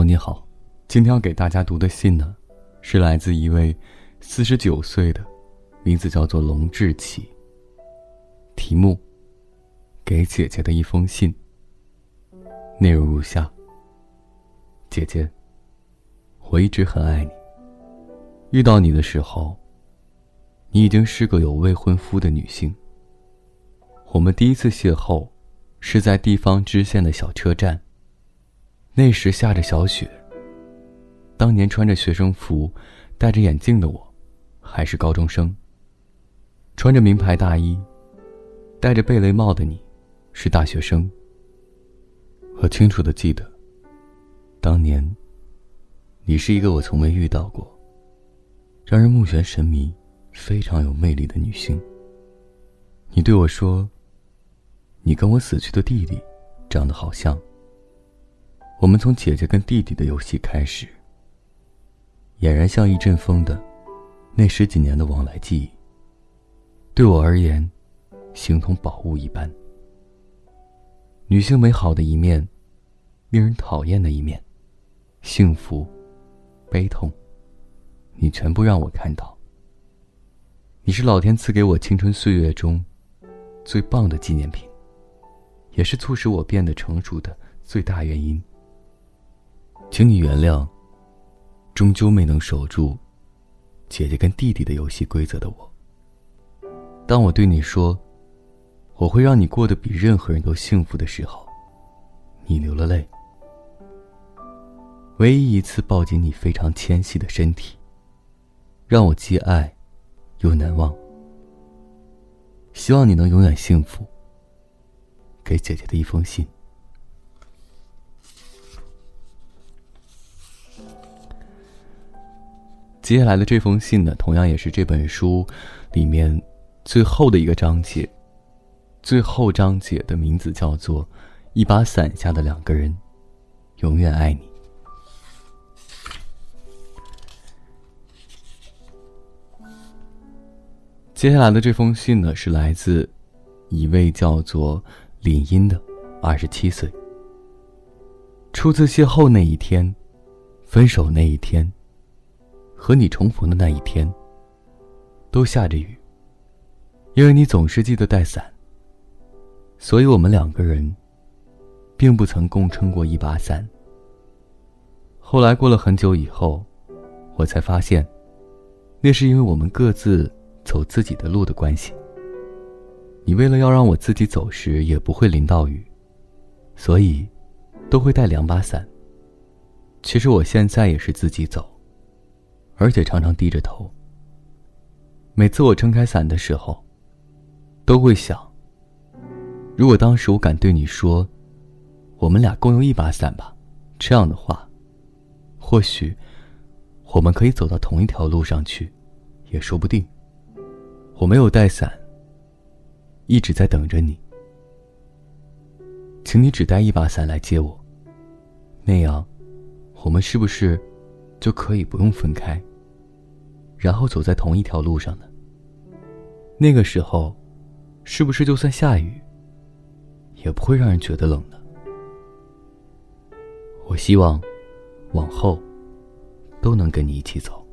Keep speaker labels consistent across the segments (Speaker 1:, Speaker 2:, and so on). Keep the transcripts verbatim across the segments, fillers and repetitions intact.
Speaker 1: 你好，今天要给大家读的信呢，是来自一位四十九岁的，名字叫做龙志启。题目：给姐姐的一封信。内容如下：姐姐，我一直很爱你。遇到你的时候，你已经是个有未婚夫的女性。我们第一次邂逅是在地方支线的小车站，那时下着小雪。当年穿着学生服戴着眼镜的我还是高中生，穿着名牌大衣戴着贝雷帽的你是大学生。我清楚地记得，当年你是一个我从未遇到过让人目眩神迷非常有魅力的女性。你对我说，你跟我死去的弟弟长得好像。我们从姐姐跟弟弟的游戏开始，俨然像一阵风的那十几年的往来记忆，对我而言形同宝物一般。女性美好的一面，令人讨厌的一面，幸福悲痛，你全部让我看到。你是老天赐给我青春岁月中最棒的纪念品，也是促使我变得成熟的最大原因。请你原谅终究没能守住姐姐跟弟弟的游戏规则的我。当我对你说我会让你过得比任何人都幸福的时候，你流了泪。唯一一次抱紧你非常纤细的身体，让我既爱又难忘。希望你能永远幸福。给姐姐的一封信。接下来的这封信呢，同样也是这本书里面最后的一个章节。最后章节的名字叫做《一把伞下的两个人，永远爱你》。接下来的这封信呢，是来自一位叫做林音的二十七岁。初次邂逅那一天，分手那一天，和你重逢的那一天，都下着雨。因为你总是记得带伞，所以我们两个人并不曾共撑过一把伞。后来过了很久以后，我才发现，那是因为我们各自走自己的路的关系。你为了要让我自己走时也不会淋到雨，所以都会带两把伞。其实我现在也是自己走，而且常常低着头。每次我撑开伞的时候，都会想，如果当时我敢对你说，我们俩共用一把伞吧，这样的话，或许我们可以走到同一条路上去，也说不定。我没有带伞，一直在等着你。请你只带一把伞来接我，那样我们是不是就可以不用分开，然后走在同一条路上呢？那个时候是不是就算下雨也不会让人觉得冷呢？我希望往后都能跟你一起走。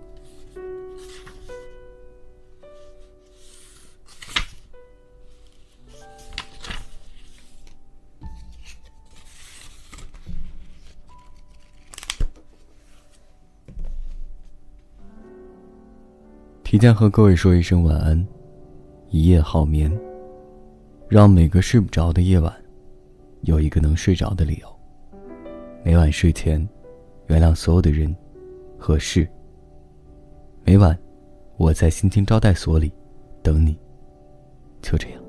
Speaker 1: 提前和各位说一声晚安，一夜好眠，让每个睡不着的夜晚有一个能睡着的理由。每晚睡前原谅所有的人和事。每晚我在心情招待所里等你，就这样。